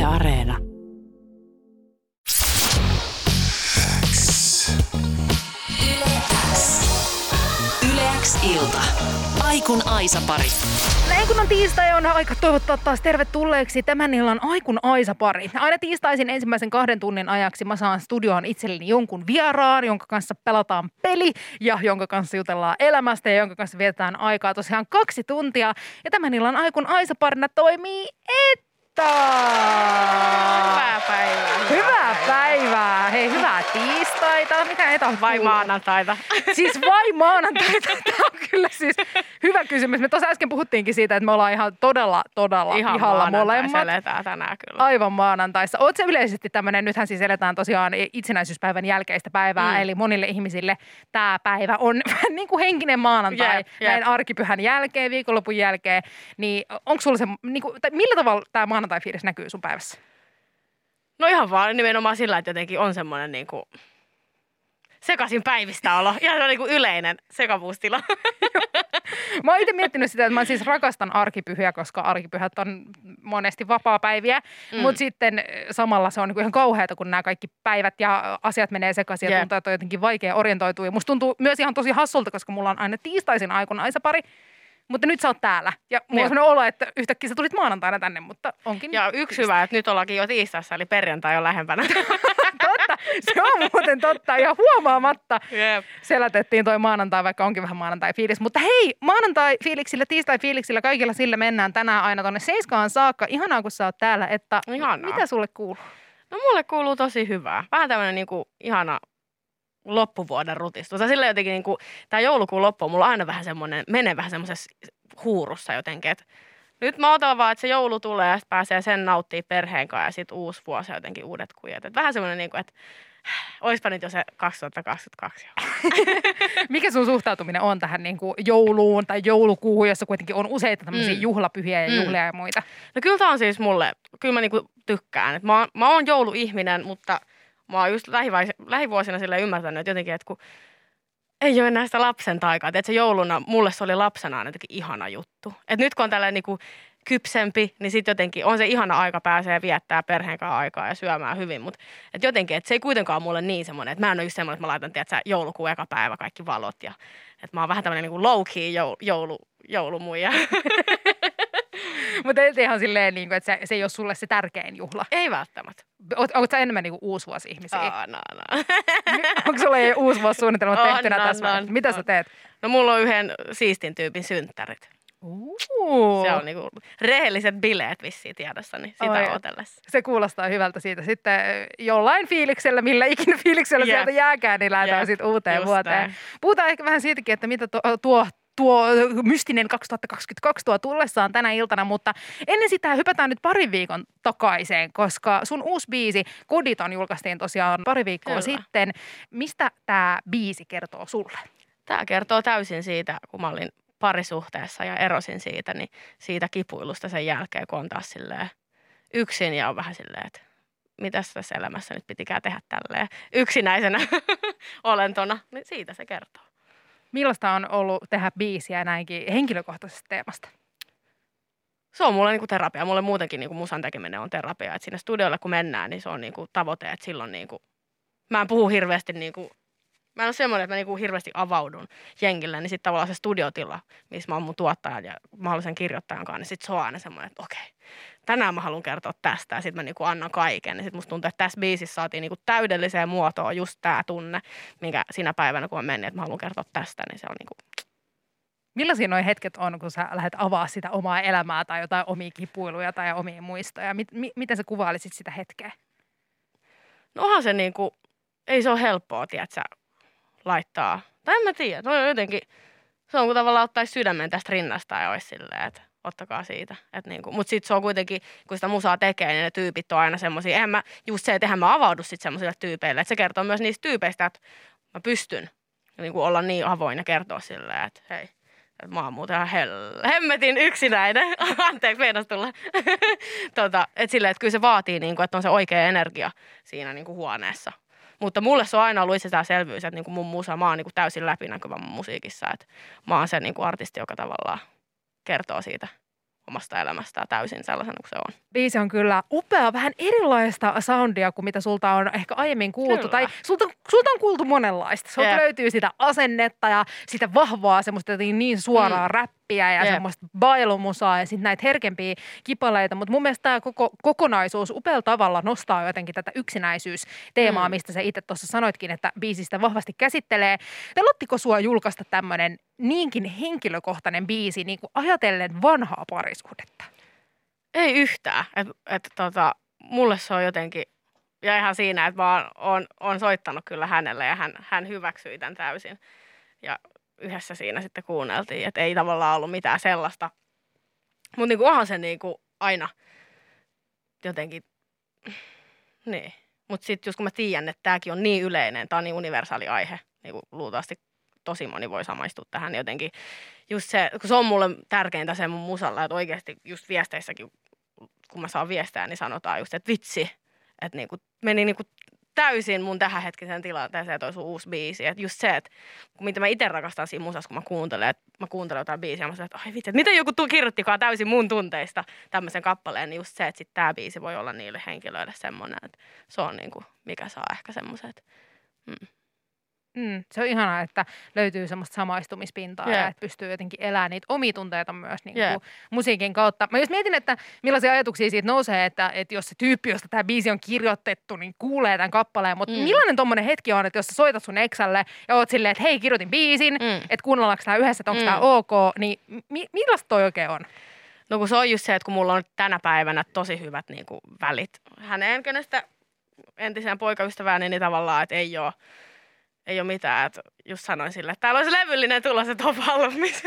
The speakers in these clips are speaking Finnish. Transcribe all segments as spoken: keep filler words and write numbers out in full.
Yle Areena. Yle X. Yle X ilta. Aikun Aisa-pari. Näin kun on tiistai, on aika toivottaa taas tervetulleeksi tämän illan Aikun Aisa-pari. Aina tiistaisin ensimmäisen kahden tunnin ajaksi mä saan studioon itselleni jonkun vieraan, jonka kanssa pelataan peli ja jonka kanssa jutellaan elämästä ja jonka kanssa vietetään aikaa tosiaan kaksi tuntia. Ja tämän illan Aikun Aisa-parina toimii Etta. Hyvää päivää. Hyvää päivää. Hei, hyvää tiistaita. Mitä Eta Vai kuuluu? maanantaita? Siis vai maanantaita? Tämä on kyllä siis hyvä kysymys. Me tuossa äsken puhuttiinkin siitä, että me ollaan ihan todella, todella Ihan pihalla maanantaissa molemmat. eletään tänään kyllä. Aivan maanantaissa. Oot se yleisesti tämmöinen, nythän siis eletään tosiaan itsenäisyyspäivän jälkeistä päivää, mm. eli monille ihmisille tämä päivä on niin kuin henkinen maanantai Jep, jep. näin arkipyhän jälkeen, viikonlopun jälkeen. Niin onko sulla se, niin kuin, tai millä tavalla tämä maanantai-fiilis näkyy sun päivässä? No ihan vaan nimenomaan sillä, että jotenkin on semmoinen niinku sekaisin päivistä olo. Ihan se on niinku yleinen sekavuustila. Mä oon itse miettinyt sitä, että mä siis rakastan arkipyhiä, koska arkipyhät on monesti vapaapäiviä, mm. mutta sitten samalla se on niinku ihan kauheata, kun nämä kaikki päivät ja asiat menee sekaisin ja Jep. tuntuu, että on jotenkin vaikea orientoitua. Ja musta tuntuu myös ihan tosi hassulta, koska mulla on aina tiistaisin Aikun Aisa-pari, mutta nyt sä oot täällä. Ja mulla on sellainen olo, että yhtäkkiä sä tulit maanantaina tänne, mutta onkin. Ja yksi hyvä, että nyt ollaankin jo tiistaissa, eli perjantai on lähempänä. Totta, se on muuten totta. Ja huomaamatta Jep. selätettiin toi maanantai, vaikka onkin vähän maanantai-fiilis. Mutta hei, maanantai-fiiliksillä, tiistai-fiiliksillä, kaikilla sillä mennään tänään aina tonne seiskaan saakka. Ihanaa, kun sä oot täällä, että Ihanaa. mitä sulle kuuluu? No mulle kuuluu tosi hyvää. Vähän tämmöinen niinku ihana loppuvuoden rutistus. Ja sillä jotenkin niinku, tää joulukuun loppu on mulla aina vähän semmoinen, menee vähän semmoisessa huurussa jotenkin, että nyt mä otan vaan, että se joulu tulee ja sit pääsee sen nauttimaan perheen kanssa ja sitten uusi vuosi ja jotenkin uudet kujat. Et vähän semmoinen, niinku, että oispa nyt jo se kaksituhattakaksikymmentäkaksi. Mikä sun suhtautuminen on tähän niin kuin jouluun tai joulukuuhun, jossa kuitenkin on useita tämmöisiä mm. juhlapyhiä ja Mm. juhlia ja muita? No kyllä tää on siis mulle, kyllä mä niinku tykkään. Et mä, oon, mä oon jouluihminen, mutta mä oon just lähivai- lähivuosina sille ymmärtänyt, että jotenkin, että kun ei ole enää sitä lapsen taikaa. Että se jouluna, mulle se oli lapsenaan jotenkin ihana juttu. Että nyt kun on tällainen niinku kypsempi, niin sitten jotenkin on se ihana aika pääsee viettää perheen kanssa aikaa ja syömään hyvin. Mutta et jotenkin, että se ei kuitenkaan ole mulle niin semmoinen, että mä en ole just semmoinen, että mä laitan, tiedätkö, joulukuun eka päivä kaikki valot. Ja, että mä oon vähän tämmöinen niinku low-key joulu, joulu, joulumuija. Mutta ihan silleen, niin kuin, että se, se ei ole sulle se tärkein juhla. Ei välttämättä. Oot, oot sä enemmän niin kuin uusivuosi-ihmisiä? Aa, no, no. Onko sulla jo uusivuosisuunnitelmat On, tehtynä on, tässä? on, Mitä on. sä teet? No mulla on yhden siistin tyypin synttärit. Uh. Se on niinku rehelliset bileet vissiin tiedossani sitä Oi. odotellessa. Se kuulostaa hyvältä siitä. Sitten jollain fiiliksellä, millä ikinä fiiliksellä Jep. sieltä jääkään, niin lähdetään Jep, sitten uuteen just vuoteen. näin. Puhutaan ehkä vähän siitäkin, että mitä tuo, tuo, tuo mystinen kaksituhattakaksikymmentäkaksi tuo tullessaan tänä iltana, mutta ennen sitä hypätään nyt parin viikon takaiseen, koska sun uusi biisi Koditon julkaistiin tosiaan pari viikkoa Kyllä. sitten. Mistä tämä biisi kertoo sulle? Tämä kertoo täysin siitä, kun mä olin parisuhteessa ja erosin siitä, niin siitä kipuilusta sen jälkeen, kun on taas silleen yksin ja on vähän silleen, että mitäs tässä elämässä nyt pitikään tehdä tälleen yksinäisenä olentona, niin siitä se kertoo. Millaista on ollut tehdä biisiä näinkin henkilökohtaisesta teemasta? Se on mulle niinku terapia. Mulle muutenkin niinku musan tekeminen on terapia. Et sinne studiolle kun mennään, niin se on niinku tavoite, että silloin niinku, mä en puhu hirveästi niinku, mä en ole semmoinen, että mä niinku hirveästi avaudun jengille, niin sitten tavallaan se studiotila, missä mä oon mun tuottajan ja mahdollisen kirjoittajan kanssa, niin sitten se on aina semmoinen, että okei, tänään mä haluan kertoa tästä ja sitten mä niinku annan kaiken. Ja sitten musta tuntuu, että tässä biisissä saatiin niinku täydelliseen muotoon just tää tunne, minkä sinä päivänä kun mä menin, että mä haluan kertoa tästä, niin se on niinku Millaisia nuo hetket on, kun sä lähdet avaa sitä omaa elämää tai jotain omia kipuiluja tai omia muistoja? Mit, mi, miten sä kuvailisit sitä hetkeä? No onhan se niinku, ei se ole helppoa, tiedätkö, laittaa. Tai en mä tiedä, no jotenkin, se on kun tavallaan ottaisi sydämen tästä rinnasta ja olisi silleen, että ottakaa siitä. Et niinku, mutta sitten se on kuitenkin, kun sitä musaa tekee, niin ne tyypit on aina semmoisia, eihän mä, just se, että eihän mä avaudu sitten semmoisille tyypeille. Että se kertoo myös niistä tyypeistä, että mä pystyn niinku olla niin avoin ja kertoa silleen, että hei. Mä oon muuten ihan hell- hemmetin yksinäinen. Anteeksi, meinas tulla. tota, et silleen, että kyllä se vaatii, niinku, että on se oikea energia siinä niinku huoneessa. Mutta mulle se on aina ollut itsestäänselvyys, että niinku mun musa, mä oon niinku täysin läpinäkyvä mun musiikissa. Että mä oon se niinku artisti, joka tavallaan kertoo siitä omasta elämästään täysin sellaisena kuin se on. Biisi on kyllä upea, vähän erilaista soundia kuin mitä sulta on ehkä aiemmin kuultu. Kyllä. Tai sulta, sulta on kuultu monenlaista. Sulta Jep. löytyy sitä asennetta ja sitä vahvaa semmoista jotenkin niin suoraa mm. räppiä ja Jep. semmoista bailumusaa ja sitten näitä herkempiä kipaleita. Mutta mun mielestä tämä koko kokonaisuus upealla tavalla nostaa jotenkin tätä yksinäisyysteemaa, mm. mistä sä itse tuossa sanoitkin, että biisistä vahvasti käsittelee. Pelottiko sua julkaista tämmöinen niinkin henkilökohtainen biisi niin kuin ajatellen vanhaa parisuhdetta? Ei yhtään. Et, et, tota, mulle se on jotenkin, ja ihan siinä, että mä oon, oon soittanut kyllä hänelle ja hän, hän hyväksyi tämän täysin. Ja yhdessä siinä sitten kuunneltiin, että ei tavallaan ollut mitään sellaista. Mutta niinku onhan se niinku aina jotenkin, niin. Mutta sitten just kun mä tiedän, että tämäkin on niin yleinen, tämä on niin universaali aihe, niin kuin luultavasti tosi moni voi samaistua tähän, niin jotenkin just se, kun se on mulle tärkeintä se mun musalla, että oikeasti just viesteissäkin, kun mä saan viestejä, niin sanotaan just, että vitsi, että niinku meni niinku täysin mun tähän hetkisen tilanteeseen toi sun uusi biisi. Että just se, että mitä mä itse rakastan siinä musassa, kun mä kuuntelen, että mä kuuntelen jotain biisiä, mä sanon, että ai vitsi, että miten joku kirjoittikaan täysin mun tunteista tämmöisen kappaleen, niin just se, että sit tää biisi voi olla niille henkilöille semmoinen, että se on niinku, mikä saa ehkä semmoiset. Mm. Mm, se on ihanaa, että löytyy semmoista samaistumispintaa yeah. ja että pystyy jotenkin elämään niitä omia tunteita myös niin kuin yeah. musiikin kautta. Mä just mietin, että millaisia ajatuksia siitä nousee, että, että jos se tyyppi, josta tämä biisi on kirjoitettu, niin kuulee tämän kappaleen. Mutta mm. millainen tommonen hetki on, että jos sä soitat sun eksälle ja oot silleen, että hei, kirjoitin biisin, mm. että kuunnellaanko tää yhdessä, että onko mm. tää ok, niin mi- millaista toi oikein on? No kun se on just se, että kun mulla on tänä päivänä tosi hyvät niin kuin välit häneen, kenestä entiseen poikaystävääni, niin tavallaan, että ei ole Ei ole mitään, että just sanoin sille, että täällä olisi levyllinen tulossa, että on valmis.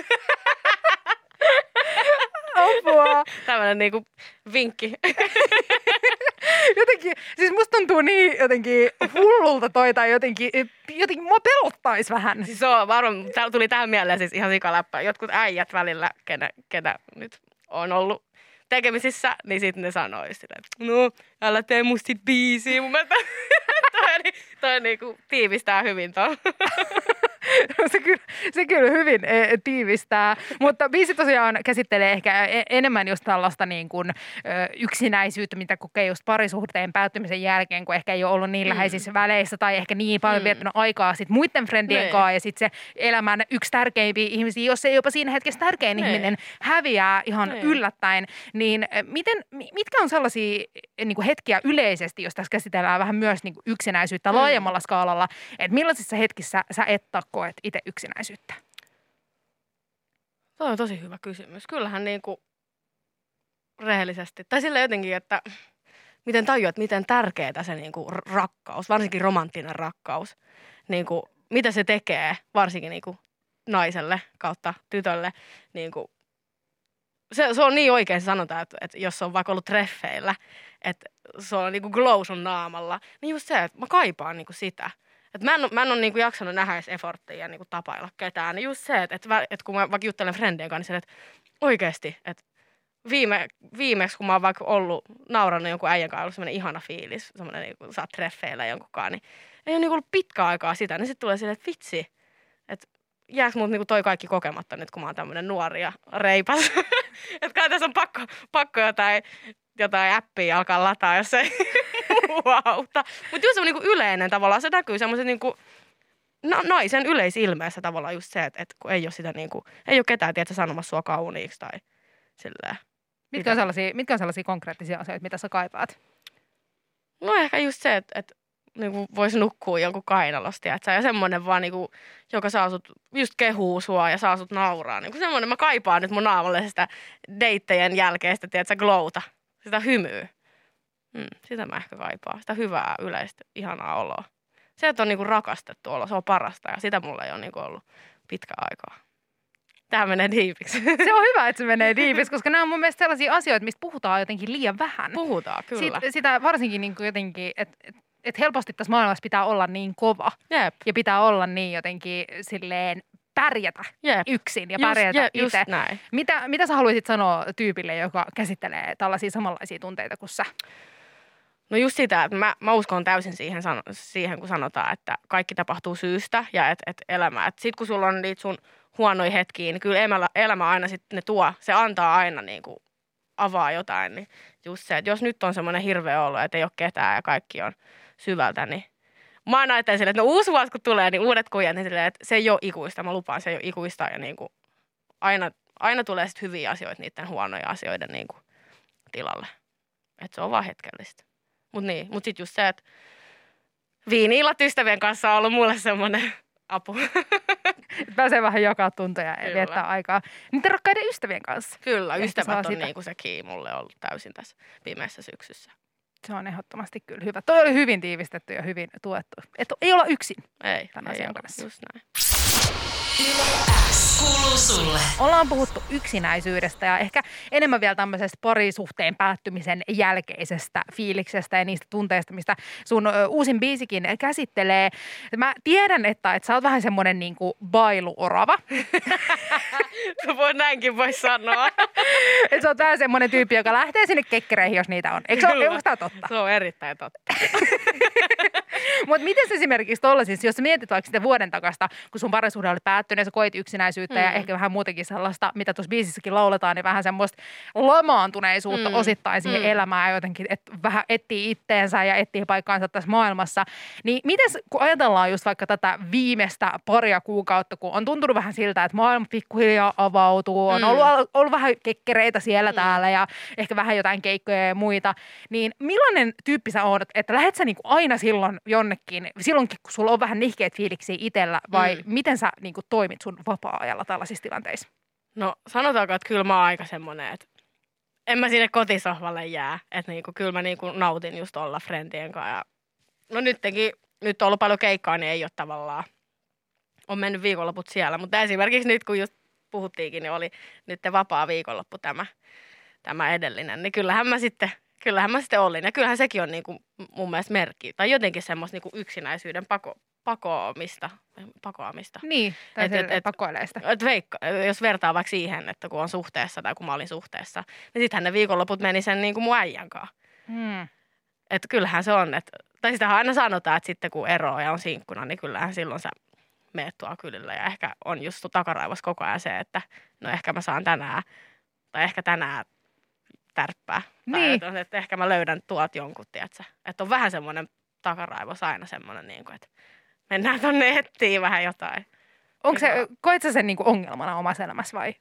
Apua. Tämmöinen niinku vinkki. Jotenkin, siis musta tuntuu niin jotenkin hullulta toi tai jotenkin, jotenkin mua pelottaisi vähän. Siis se on varmaan, täällä tuli tähän mieleen siis ihan sikaläppä. Jotkut äijät välillä, ketä, ketä nyt on ollut tekemisissä, niin sitten ne sanoi silleen, että no, älä tee musta sit biisiä. Mun mielestä toi, toi niinku tiivistää hyvin ton. se, kyllä, se kyllä hyvin e, tiivistää, mutta biisi tosiaan käsittelee ehkä e, enemmän just tällaista niin kuin, ö, yksinäisyyttä, mitä kokee just parisuhteen päättymisen jälkeen, kun ehkä ei ole ollut niin läheisissä mm. väleissä tai ehkä niin paljon mm. viettänyt aikaa sit muiden friendien nee. kanssa ja sitten se elämän yksi tärkeimpiä ihmisiä, jos ei jopa siinä hetkessä tärkein nee. ihminen häviää ihan nee. yllättäen, niin miten, mitkä on sellaisia niin kuin hetkiä yleisesti, jos tässä käsitellään vähän myös niin kuin yksinäisyyttä mm. laajemmalla skaalalla, että millaisissa hetkissä sä et koet itse yksinäisyyttä? Tuo on tosi hyvä kysymys. Kyllähän niin kuin rehellisesti, tai sillä jotenkin, että miten tajuat, miten tärkeää se niin kuin rakkaus, varsinkin romanttinen rakkaus, niin kuin, mitä se tekee, varsinkin niin kuin naiselle kautta tytölle. Niin kuin, se, se on niin oikein se sanotaan, että, että jos on vaikka ollut treffeillä, että se on niin kuin glow sun naamalla, niin just se, että mä kaipaan niin kuin sitä. Et mä en, mä en ole niinku jaksanut nähdä edes efforttia ja niinku tapailla ketään. Niin just se, että et, et kun mä vaikka juttelen friendien kanssa, niin että oikeasti, että viime, viimeksi kun mä oon vaikka ollut naurannut jonkun äijän kanssa, ollut semmoinen ihana fiilis, semmoinen niinku sä oot treffeillä jonkunkaan, niin ei ole niinku ollut pitkään aikaa sitä. Niin sitten tulee silleen, että vitsi, että jääkö mut niinku toi kaikki kokematta nyt, kun mä oon tämmöinen nuori ja reipas. Että kai tässä on pakko, pakko jotain, jotain appia alkaa lataa, jos ei mua auta. Mutta just se on niinku yleinen tavallaan, se näkyy semmoisen niinku naisen yleisilmeessä tavallaan just se, että, että kun ei ole sitä niinku, ei ole ketään tiedätkö sanomassa sua kauniiksi tai silleen. Mitkä on sellaisia, mitkä on sellaisia konkreettisia asioita, mitä sä kaipaat? No ehkä just se, että, että niinku voisi nukkua jonkun kainalosta, että ja semmoinen vaan niinku, joka saa sut, just kehuu sua ja saa sut nauraa. Niinku semmoinen, mä kaipaan nyt mun naamalle sitä deittejen jälkeistä, tiedätkö, glowta, sitä hymyä. Mm, sitä mä ehkä kaipaan, sitä hyvää yleistä, ihanaa oloa. Se, että on niinku rakastettu olo, se on parasta ja sitä mulla ei ole niinku ollut pitkään aikaa. Tämä menee diipiksi. Se on hyvä, että se menee diipiksi, koska nämä on mun mielestä sellaisia asioita, mistä puhutaan jotenkin liian vähän. Puhutaan, kyllä. Sit, sitä varsinkin niinku jotenkin, että et, et helposti tässä maailmassa pitää olla niin kova. Jep. Ja pitää olla niin jotenkin silleen pärjätä Jep. yksin ja just, pärjätä jep, itse. näin. Mitä, mitä sä haluaisit sanoa tyypille, joka käsittelee tällaisia samanlaisia tunteita kuin sä? No just sitä, että mä, mä uskon täysin siihen, siihen, kun sanotaan, että kaikki tapahtuu syystä ja että et elämä. Että sit kun sulla on niitä sun huonoja hetkiä, niin kyllä elämä, elämä aina sitten ne tuo. Se antaa aina niin kuin avaa jotain, niin just se, että jos nyt on semmoinen hirveä olo, että ei ole ketään ja kaikki on syvältä, niin mä aina ajattelen silleen, että no uusi vuosi kun tulee, niin uudet kujat, niin silleen, että se ei ole ikuista, mä lupaan, se ei ole ikuista ja niin kuin aina, aina tulee sitten hyviä asioita niiden huonoja asioiden niin kuin tilalle. Että se on vaan hetkellistä. Mutta niin, mut sitten just se, että viini-illat ystävien kanssa on ollut mulle semmoinen apu. Pääsee vähän jakaa tunteja ja Kyllä. viettää aikaa niiden rakkaiden ystävien kanssa. Kyllä, Ehkä saa ystävät on sitä. niinku se key mulle ollut täysin tässä pimeässä syksyssä. Se on ehdottomasti kyllä hyvä. Toi oli hyvin tiivistetty ja hyvin tuettu. Että ei olla yksin Ei, tämän ei asian ole, kanssa. just näin. Kuuluu sulle. Ollaan puhuttu yksinäisyydestä ja ehkä enemmän vielä tämmöisestä parisuhteen päättymisen jälkeisestä fiiliksestä ja niistä tunteista, mistä sun ö, uusin biisikin käsittelee. Mä tiedän, että, että sä oot vähän semmoinen niin kuin bailuorava. Voi näinkin voi sanoa. Että sä oot vähän semmoinen tyyppi, joka lähtee sinne kekkereihin, jos niitä on. Eikö se ole, onko tää totta? Se on erittäin totta. Mutta miten se esimerkiksi tollaisissa, jos sä mietit vaikka sitä vuoden takasta, kun sun parisuhde oli päättynyt ja sä koit yksinäisyyttä mm. ja ehkä vähän muutenkin sellaista, mitä tuossa biisissäkin lauletaan, niin vähän semmoista lamaantuneisuutta mm. osittain siihen mm. elämään jotenkin, että vähän etsii itteensä ja etsii paikkaansa tässä maailmassa. Niin miten, kun ajatellaan just vaikka tätä viimeistä paria kuukautta, kun on tuntunut vähän siltä, että maailma pikkuhiljaa avautuu, on mm. ollut, ollut vähän kekkereitä siellä mm. täällä ja ehkä vähän jotain keikkoja ja muita, niin millainen tyyppi sä oot, että lähet sä niinku aina silloin jonnekin, silloinkin kun sulla on vähän nihkeät fiiliksiä itsellä, vai mm. miten sä niinku toimit sun vapaa-ajalla tällaisissa tilanteissa? No sanotaanko, että kyllä mä oon aika semmoinen, että en mä sinne kotisohvalle jää. Että niinku, kyllä mä niinku nautin just olla friendien kanssa. Ja no nyttenkin, nyt on ollut paljon keikkaa, niin ei ole tavallaan, on mennyt viikonloput siellä. Mutta esimerkiksi nyt, kun just puhuttiinkin, niin oli nyt vapaa viikonloppu tämä, tämä edellinen. Niin kyllähän mä sitten, kyllähän mä sitten olin. Ja kyllähän sekin on niinku mun mielestä merkki. Tai jotenkin semmoista niinku yksinäisyyden pako, pakoamista. pakoamista. Niin, tai et, et, et, pakoilee sitä. Et veikka, jos vertaa vaikka siihen, että kun on suhteessa tai kun mä olin suhteessa, niin sittenhän ne viikonloput meni sen niin kuin mun äijän kanssa. Hmm. Että kyllähän se on, että, tai sitähän aina sanotaan, että sitten kun eroaa ja on sinkkuna, niin kyllähän silloin sä meet tuolla kylillä. Ja ehkä on just takaraivassa koko ajan se, että no ehkä mä saan tänään, tai ehkä tänään tärppää. Niin. Tai että, että ehkä mä löydän tuolta jonkun, tiedätkö? Että on vähän semmoinen takaraivos aina semmoinen, niin kuin, että mennään tonne etsiin vähän jotain. Onko se, koet sä sen niinku ongelmana omassa elämässä vai?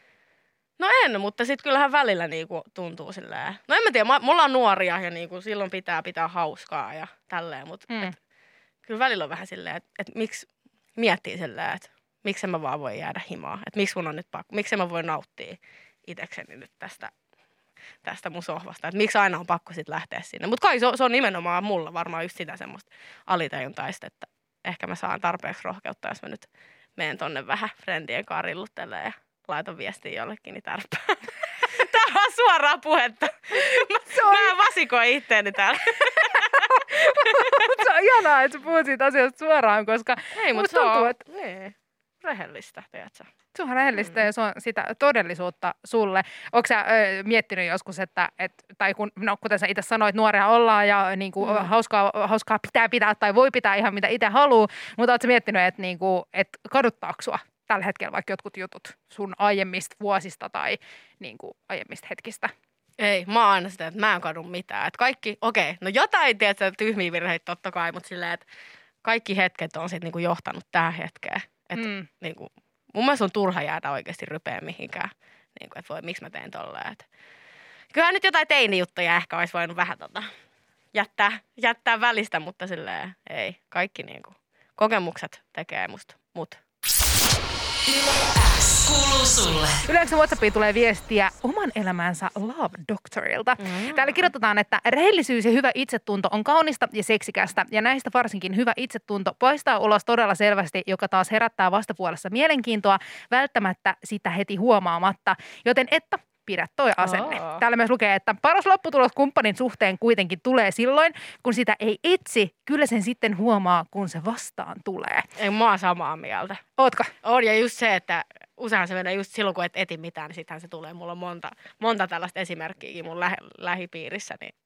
No en, mutta sitten kyllähän välillä niinku tuntuu silleen. No en mä tiedä, mulla on nuoria ja niinku silloin pitää pitää hauskaa ja tälleen, mutta Mm. et, kyllä välillä on vähän silleen, että et miksi miettii silleen, että miksi mä vaan voi jäädä himaan. Että miksi mun on nyt pakko, miksi mä voin nauttia itekseni nyt tästä, tästä mun sohvasta. Että miksi aina on pakko sitten lähteä sinne. Mutta kai se on, se on nimenomaan mulla varmaan just sitä semmoista alitajuntaista, että ehkä mä saan tarpeeksi rohkeutta, jos mä nyt menen tonne vähän friendien kanssa rilluttelemaan ja laitan viestiä jollekin, niin tärppää. Tää on suoraa puhetta. Mä, mä vasikoin itteeni täällä. Se on ihanaa, että sä puhut siitä asiasta suoraan, koska Ei, mutta musta se tuntuu, on että niin, rehellistä, tiedätkö? se on rehellistä mm. ja se on sitä todellisuutta sulle. Ootko sä ö, miettinyt joskus, että, et, tai kun, no, kuten sä itse sanoit, nuoria ollaan ja niin kuin, mm. hauskaa, hauskaa pitää pitää tai voi pitää ihan mitä itse haluaa, mutta ootko sä miettinyt, että niin kuin, et kaduttaako sua tällä hetkellä vaikka jotkut jutut sun aiemmista vuosista tai niin kuin, aiemmista hetkistä? Ei, mä oon aina sitä, että mä en kadu mitään. Että kaikki, okei, okay, no jotain, tiedätkö, tyhmiä virheitä totta kai, mutta silleen, että kaikki hetket on sitten niinku johtanut tähän hetkeen. Että Mm. niinku, mun mielestä on turha jäädä oikeasti rypeä mihinkään. Niinku, että voi, miksi mä teen tolleen. Että kyllähän nyt jotain teinijuttuja ehkä olisi voinut vähän tota, jättää, jättää välistä, mutta silleen ei. Kaikki niinku, kokemukset tekee musta mut. Kuuluu sulle. Yleensä WhatsAppiin tulee viestiä oman elämänsä Love Doctorilta. Mm. Täällä kirjoitetaan, että rehellisyys ja hyvä itsetunto on kaunista ja seksikästä. Ja näistä varsinkin hyvä itsetunto paistaa ulos todella selvästi, joka taas herättää vastapuolessa mielenkiintoa, välttämättä sitä heti huomaamatta. Joten että pidä toi asenne. Oh. Täällä myös lukee, että paras lopputulos kumppanin suhteen kuitenkin tulee silloin, kun sitä ei etsi. Kyllä sen sitten huomaa, kun se vastaan tulee. Ei, mä oon samaa mieltä. Ootko? On, ja just se, että useinhan se menee just silloin, kun et eti mitään, niin sittenhän se tulee. Mulla on monta, monta tällaista esimerkkiäkin mun lähe, lähipiirissä, niin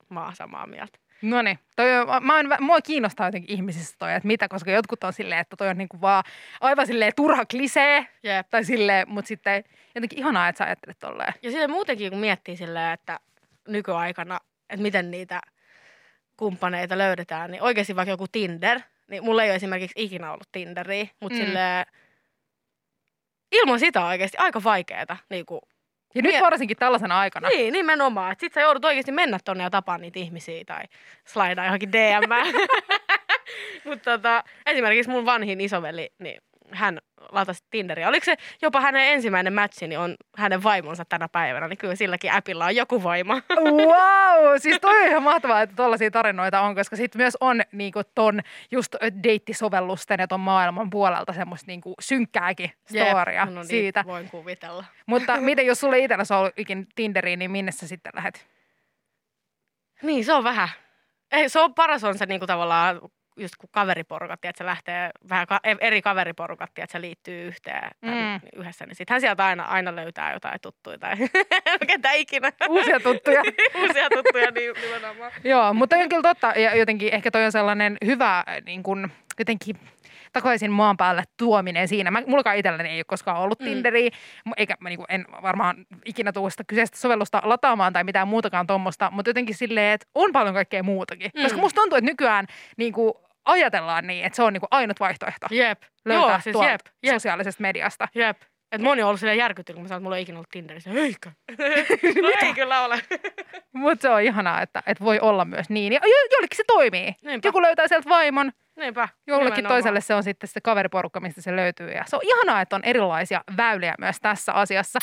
mä oon samaa mieltä. No niin, mä en, mua kiinnostaa jotenkin ihmisissä toi, että mitä, koska jotkut on silleen, että toi on niinku vaan aivan silleen turha klisee, Jep. tai silleen, mutta sitten jotenkin ihanaa, että sä ajattelet tolleen. Ja sitten muutenkin, kun miettii silleen, että nykyaikana, että miten niitä kumppaneita löydetään, niin oikeasti vaikka joku Tinder, niin mulla ei ole esimerkiksi ikinä ollut Tinderiä, mutta mm. silleen, ilman sitä on oikeasti aika vaikeeta. Niin kuin, ja nyt varsinkin tällaisena aikana. Niin, nimenomaan. Että sit sä joudut oikeasti mennä tonne ja tapaa niitä ihmisiä tai slaidaa johonkin D M:ään. Mutta tota, esimerkiksi mun vanhin isoveli, niin hän latasi Tinderia. Oliko se jopa hänen ensimmäinen matchi, niin on hänen vaimonsa tänä päivänä, niin kyllä silläkin appilla on joku voima. Wow! Siis toi on ihan mahtavaa, että tollaisia tarinoita on, koska sitten myös on niinku ton just deittisovellusten ja ton maailman puolelta semmoista niinku synkkääkin storia no niin, siitä. Voin kuvitella. Mutta miten jos sulle itsellesi on ollut ikin Tinderiin, niin minne sä sitten lähet? Niin, se on vähän. Ei, se on paras on se niinku tavallaan just kun kaveriporukat, että se lähtee vähän ka- eri kaveriporukat, että se liittyy yhteen mm. yhdessä, niin sittenhän sieltä aina, aina löytää jotain tuttuja tai ketä ikinä. Uusia tuttuja. Uusia tuttuja, niin nimenomaan. Joo, mutta on kyllä totta ja jotenkin ehkä toi on sellainen hyvä niin kun, jotenkin takaisin maan päälle tuominen siinä. Mä, mullakaan itselläni ei ole koskaan ollut mm. Tinderiä, eikä mä niin kuin, en varmaan ikinä tule sitä kyseistä sovellusta lataamaan tai mitään muutakaan tuommoista, mutta jotenkin silleen, että on paljon kaikkea muutakin. Mm. Koska musta tuntuu, että nykyään niin kuin, ajatellaan niin, että se on niin kuin ainut vaihtoehto. Jep. Löytää Joo, siis tuolta jep, jep. sosiaalisesta mediasta. Jep. Että moni on ollut silleen järkyttynyt, kun mä sanon, että mulla ei ikinä ollut Tinderissä. Eikö? No ei kyllä ole. Mutta se on ihanaa, että, että voi olla myös niin. Ja jo, jollekin se toimii. Niinpä. Joku löytää sieltä vaimon. Niinpä. Jollekin Nimenomaan. toiselle se on sitten se kaveriporukka, mistä se löytyy. Ja se on ihanaa, että on erilaisia väyliä myös tässä asiassa.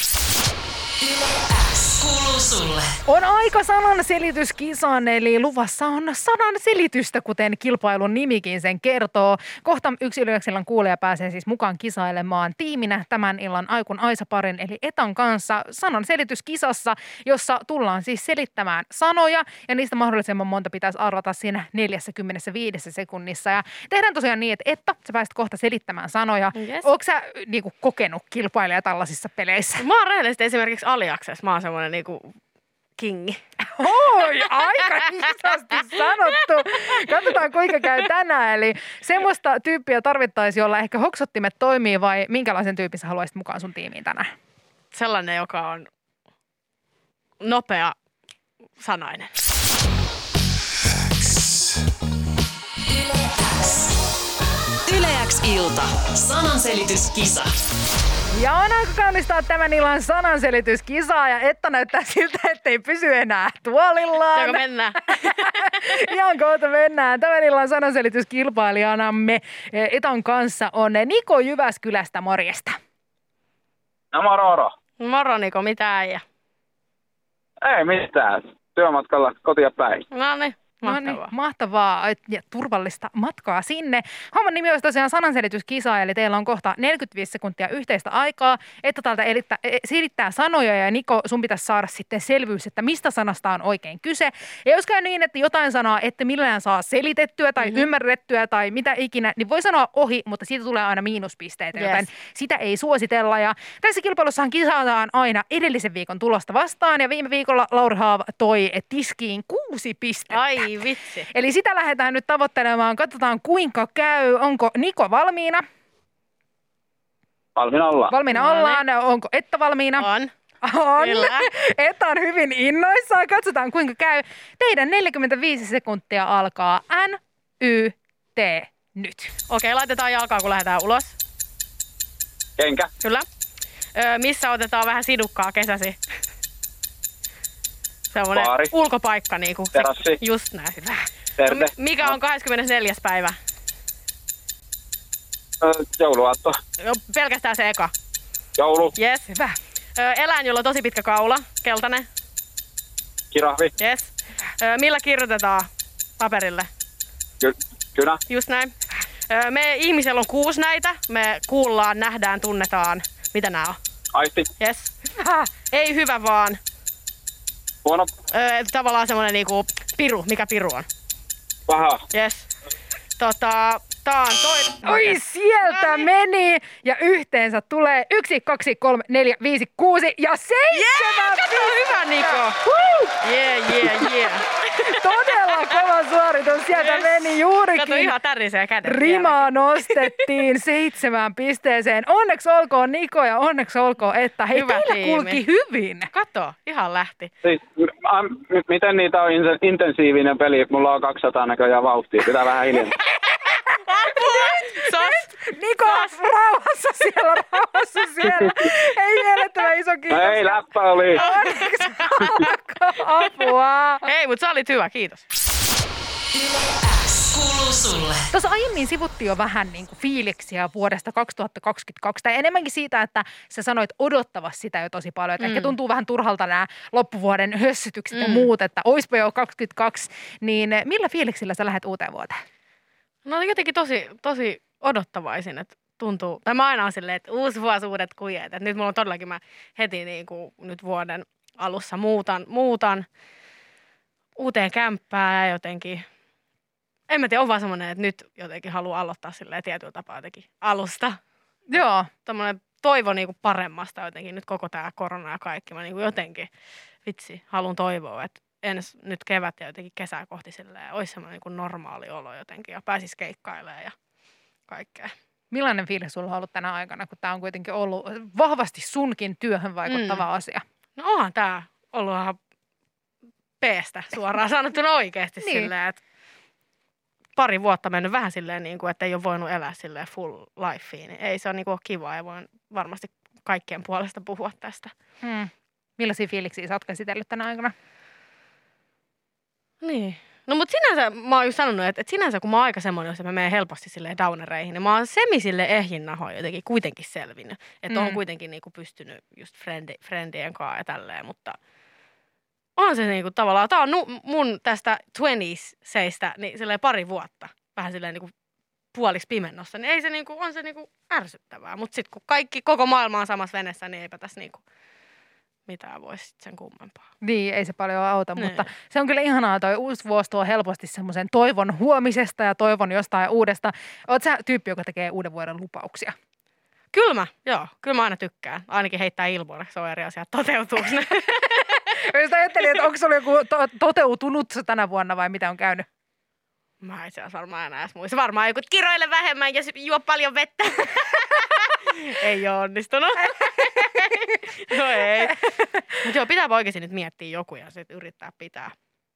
Kuuluu sulle. On aika sananselityskisaan, eli luvassa on sananselitystä, kuten kilpailun nimikin sen kertoo. Kohta yksi yliöksillan kuulija pääsee siis mukaan kisailemaan tiiminä tämän illan Aikun Aisa-parin, eli Etan kanssa sananselityskisassa, jossa tullaan siis selittämään sanoja, ja niistä mahdollisimman monta pitäisi arvata siinä neljäkymmentäviisi sekunnissa. Ja tehdään tosiaan niin, että Etta, sä pääset kohta selittämään sanoja. Yes. Ootko sä niinku, kokenut kilpailija tällaisissa peleissä? Mä oon rehellisesti esimerkiksi Aliaksessa. Mä oon semmoinen niinku kingi. Oi, aika isosti sanottu. Katsotaan, kuinka käy tänään. Eli semmoista tyyppiä tarvittaisiin, jolla ehkä hoksottimet toimii, vai minkälaisen tyypin sä haluaisit mukaan sun tiimiin tänään? Sellainen, joka on nopea sanainen. Yle X ilta. Sananselityskisa. Ja on aika kaunistaa tämän illan sananselityskisaa, ja Etta näyttää siltä, ettei pysy enää tuolillaan. Joko mennään? Ihan kohta mennään. Tämän illan sananselityskilpailijanamme Etan kanssa on Niko Jyväskylästä. Morjesta. No moro, moro. Moro Niko, mitä äijä? Ei mitään. Työmatkalla kotia päin. No niin. No niin, mahtavaa ja turvallista matkaa sinne. Homman nimi olisi tosiaan sananselityskisa, eli teillä on kohta neljäkymmentäviisi sekuntia yhteistä aikaa, että täältä elittää, selittää sanoja, ja Niko, sun pitäisi saada sitten selvyys, että mistä sanasta on oikein kyse. Ja jos käy niin, että jotain sanaa ette millään saa selitettyä tai mm-hmm. ymmärrettyä tai mitä ikinä, niin voi sanoa ohi, mutta siitä tulee aina miinuspisteitä, yes. joten sitä ei suositella. Ja tässä kilpailussahan kisataan aina edellisen viikon tulosta vastaan, ja viime viikolla Lauri Haav toi tiskiin kuusi pistettä. Ai vitsi. Eli sitä lähdetään nyt tavoittelemaan. Katsotaan kuinka käy. Onko Niko valmiina? Valmiina ollaan. Valmiina No niin. ollaan. Onko Etta valmiina? On. On. Kyllä. Etta on hyvin innoissaan. Katsotaan kuinka käy. Teidän neljäkymmentäviisi sekuntia alkaa N, Y, T, nyt. Okei, laitetaan jalkaa, kun lähdetään ulos. Kenkä? Kyllä. Öö, missä otetaan vähän sidukkaa kesäsi? Semmoinen Baari. ulkopaikka niinku. Terassi. Just näin. Hyvä. Terve. No, mi- mikä on kahdeskymmenesneljäs päivä? Ö, jouluaatto. Jo, pelkästään se eka. Joulu. Yes. Hyvä. Öö, eläin, jolla on tosi pitkä kaula. Keltainen. Kirahvi. Yes. Öö, millä kirjoitetaan paperille? Ky- kynä. Just näin. Öö, me ihmisellä on kuusi näitä. Me kuullaan, nähdään, tunnetaan. Mitä nämä on? Aisti. Yes. Hyvä. Ei hyvä vaan. Huono. Öö, tavallaan semmonen niinku piru. Mikä piru on? Paha. Yes. Tota, tää on toi... Oi, sieltä No niin. meni. Ja yhteensä tulee yksi, kaksi, kolme, neljä, viisi, kuusi ja seitsemän. Yeah, kato, hyvä Niko. Woo! Yeah, yeah, yeah. sieltä Yes. meni Kato juurikin. ihan tärisee kädet. Rimaa nostettiin seitsemään pisteeseen. Onneksi olkoon Niko ja onneksi olkoon Etta. Hei, Hyvä teillä tiimi. kulki hyvin. Kato, ihan lähti. Siis, a, m- miten niitä on inse- intensiivinen peli? Mulla on kaksisataa näköjään vauhtia. Pitää vähän hiljaa. Sos. Niko, rauhassa siellä, rauhassa siellä. Ei mielettömän iso kiitos. No ei, läppä oli. Onneksi olkoon. Apua. Ei, mutta sä olit hyvä, kiitos. Kuuluu sulle. Tuossa aiemmin sivuttiin jo vähän niin kuin fiiliksiä vuodesta kaksituhattakaksikymmentäkaksi. Tai enemmänkin siitä, että sä sanoit odottavasi sitä jo tosi paljon. Että Mm. ehkä tuntuu vähän turhalta nämä loppuvuoden hössytykset ja Mm. muut, että oispa jo kaksikymmentäkaksi. Niin millä fiiliksillä sä lähdet uuteen vuoteen? No jotenkin tosi, tosi odottavaisin, että tuntuu, tai mä aina oon silleen, että uusi vuosi, uudet kujet. Että nyt mulla on todellakin, mä heti niin kuin nyt vuoden alussa muutan, muutan uuteen kämppään ja jotenkin, en mä tiedä, on vaan semmoinen, että nyt jotenkin haluan aloittaa silleen tietyllä tapaa jotenkin alusta. Joo. Tämmöinen toivo niin kuin paremmasta jotenkin, nyt koko tämä korona ja kaikki, mä niin kuin jotenkin, vitsi, haluan toivoa, että ensi nyt kevät ja jotenkin kesää kohti silleen, olisi semmoinen niin kuin normaali olo jotenkin ja pääsisi keikkailemaan ja kaikkea. Millainen fiilis sulla on ollut tänä aikana, kun tämä on kuitenkin ollut vahvasti sunkin työhön vaikuttava mm. asia? No onhan tämä ollut ihan peestä suoraan sanottuna oikeasti Niin. silleen, että pari vuotta mennyt vähän silleen, niin kuin, että ei ole voinut elää silleen full lifeen. Niin ei se ole niin kuin ole kivaa ja voin varmasti kaikkien puolesta puhua tästä. Hmm. Millaisia fiiliksiä sä oot käsitellyt tänä aikana? Niin. No mutta sinänsä, mä oon just sanonut, että, että sinänsä kun mä oon aika semmoinen, jos mä menen helposti silleen downereihin, niin mä oon semi sille ehjin nahoin jotenkin kuitenkin selvinnyt. Että Mm. on kuitenkin niinku pystynyt just frendi, friendien kanssa ja tälleen, mutta on se niinku tavallaan, tää on nu, mun tästä kaksikymmentäseistä niin silleen pari vuotta, vähän silleen niinku puoliksi pimennossa, niin ei se niinku, on se niinku ärsyttävää. Mutta sitten kun kaikki, koko maailma on samassa veneessä, niin eipä tässä niinku mitään voisi sit sen kummempaa. Niin, ei se paljon auta, Niin. mutta se on kyllä ihanaa, toi uusi vuosi tuo helposti semmoisen toivon huomisesta ja toivon jostain uudesta. Oot sä tyyppi, joka tekee uuden vuoden lupauksia? Kyllä mä, joo, kyllä mä aina tykkään. Ainakin heittää ilmoille, se on eri asia, että toteutuuko ne. Jos ajattelin, että onko sulla joku to- toteutunut se tänä vuonna vai mitä on käynyt? Mä en itse asiassa varmaan enää edes muista. Varmaan joku, että kiroile vähemmän ja sy- juo paljon vettä. Ei ole onnistunut. No ei. Mutta joo, pitääpä oikeasti nyt miettiä joku ja sitten yrittää pitää.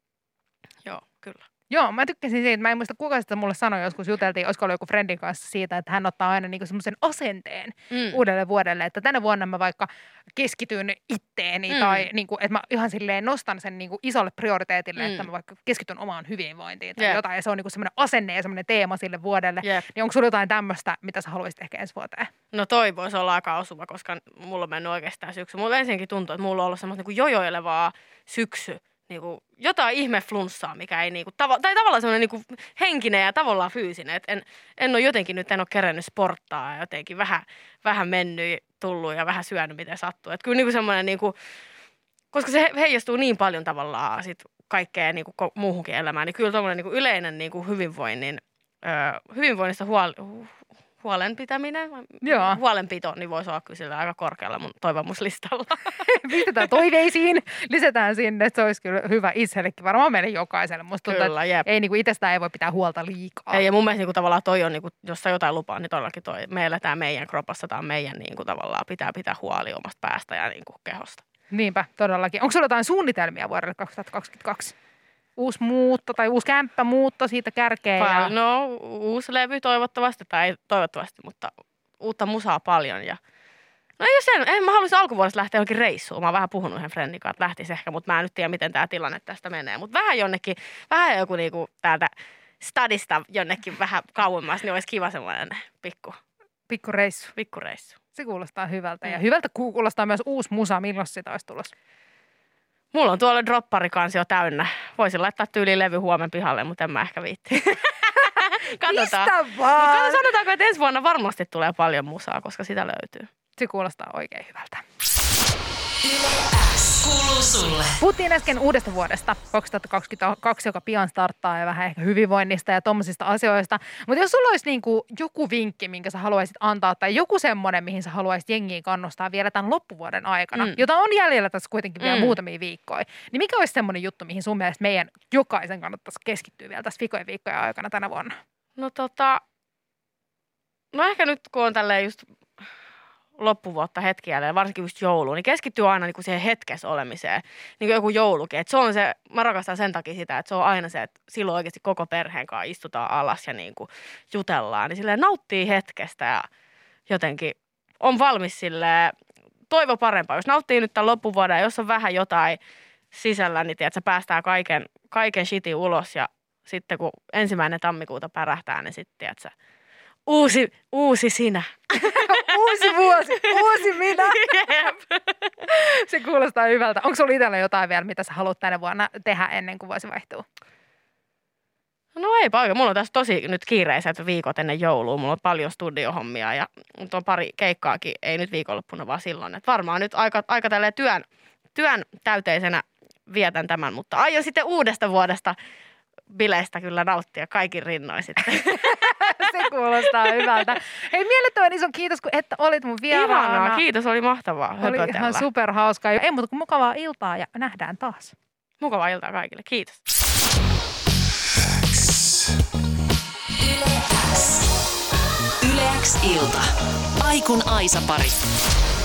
Joo, kyllä. Joo, mä tykkäsin siitä, mä en muista kuka sitä mulle sanoi, joskus juteltiin, olisiko ollut joku friendin kanssa siitä, että hän ottaa aina niinku semmoisen asenteen Mm. uudelle vuodelle, että tänä vuonna mä vaikka keskityn itteeni Mm. tai niinku, että mä ihan silleen nostan sen niinku isolle prioriteetille, Mm. että mä vaikka keskityn omaan hyvinvointiin tai Jep. jotain ja se on niinku semmoinen asenne ja semmoinen teema sille vuodelle. Jep. Niin onko sulla jotain tämmöistä, mitä sä haluaisit ehkä ensi vuoteen? No toi voisi olla aika osuva, koska mulla on mennyt oikeastaan syksy. Mulla ensinnäkin tuntuu, että mulla on ollut semmoista niinku jojoilevaa syksy. Niinku jotain ihme flunssaa, mikä ei niinku, tava, tai tavallaan semmoinen niinku henkinen ja tavallaan fyysinen. Et en, en ole jotenkin nyt, en ole kerennyt sporttaa ja jotenkin vähän, vähän mennyt, tullut ja vähän syönyt, miten sattuu. Et kyllä niinku semmoinen, niinku, koska se heijastuu niin paljon tavallaan sit kaikkeen niinku ko- muuhunkin elämään, niin kyllä tommoinen niinku yleinen niinku hyvinvoinnin, öö, hyvinvoinnista huol- huolen pitäminen, Joo. huolenpito, niin voisi olla kyllä sillä aika korkealla mun toivomuslistalla. Pistetään toiveisiin, lisätään sinne, että se olisi kyllä hyvä itsellekin, varmaan meille jokaiselle. Musta tuntuu, Kyllä, että jep. ei niinku itsestään ei voi pitää huolta liikaa. Ei, ja mun mielestä niinku, tavallaan toi on, niinku, jos sä jotain lupaa, niin todellakin toi, me eletään meidän kropassa, tämä on meidän niinku, tavallaan, pitää pitää huoli omasta päästä ja niinku, kehosta. Niinpä, todellakin. Onko sulla jotain suunnitelmia vuodelle kaksituhattakaksikymmentäkaksi? Uusi muutto tai uusi kämppämuutto siitä kärkeen? Ja... Pal- no, uusi levy toivottavasti, tai ei toivottavasti, mutta uutta musaa paljon. Ja... No ei ole sen, ei, mä haluaisin alkuvuodesta lähteä johonkin reissuun. Mä oon vähän puhunut yhden friendin kanssa, että lähtisi ehkä, mutta mä en nyt tiedä, miten tämä tilanne tästä menee. Mutta vähän jonnekin, vähän joku niinku täältä stadista jonnekin vähän kauemmas, niin olisi kiva semmoinen pikku, Pikkureissu. pikku reissu. Se kuulostaa hyvältä. Mm. Ja hyvältä ku- kuulostaa myös uusi musa. Milloin sitä olisi tulossa? Mulla on tuolla dropparikansi jo täynnä. Voisin laittaa tyyliin levy huomen pihalle, mutta en mä ehkä viitti. Katsotaan. Pistä Mutta vaan! sanotaanko, että ensi vuonna varmasti tulee paljon musaa, koska sitä löytyy. Se kuulostaa oikein hyvältä. kuuluu sulle. Puhuttiin äsken uudesta vuodesta, kaksituhattakaksikymmentäkaksi, joka pian starttaa ja vähän ehkä hyvinvoinnista ja tommosista asioista. Mutta jos sulla olisi niinku joku vinkki, minkä sä haluaisit antaa, tai joku semmoinen, mihin sä haluaisit jengiin kannustaa vielä tämän loppuvuoden aikana, mm. jota on jäljellä tässä kuitenkin vielä mm. muutamia viikkoja, niin mikä olisi semmoinen juttu, mihin sun mielestä meidän jokaisen kannattaisi keskittyä vielä tässä vikojen viikkojen aikana tänä vuonna? No tota, no ehkä nyt kun on tälleen just loppuvuotta hetki jälleen, varsinkin just jouluun, niin keskittyy aina niin kuin siihen hetkessä olemiseen, niin kuin joku joulukin. Et se on se, mä rakastan sen takia sitä, että se on aina se, että silloin oikeasti koko perheen kanssa istutaan alas ja niin kuin jutellaan, niin silleen nauttii hetkestä ja jotenkin on valmis silleen, toivo parempaa. Jos nauttii nyt tämän loppuvuoden ja jos on vähän jotain sisällä, niin tiedät, sä päästään kaiken, kaiken shitin ulos ja sitten kun ensimmäinen tammikuuta pärähtää, niin sitten tiedät sä, Uusi, uusi sinä. Uusi vuosi, uusi minä. Se kuulostaa hyvältä. Onko sulla itsellä jotain vielä, mitä sä haluat tänä vuonna tehdä ennen kuin vuosi vaihtuu? No ei paljon. Mulla on tässä tosi nyt kiireiset viikot ennen joulua. Mulla on paljon studiohommia ja on pari keikkaakin. Ei nyt viikonloppuna, vaan silloin. Et varmaan nyt aika, aika tälleen työn, työn täyteisenä vietän tämän, mutta aion sitten uudesta vuodesta bileistä kyllä nauttia kaikin rinnoin sitten. Se kuulostaa hyvältä. Hei, mielettömän ison kiitos, kun että olit mun vieraana. Ihanaa, kiitos. Oli mahtavaa höpötellä. Oli ihan superhauskaa. Ei muuta kuin mukavaa iltaa ja nähdään taas. Mukavaa iltaa kaikille. Kiitos. Yle X ilta. Aikun Aisa-pari.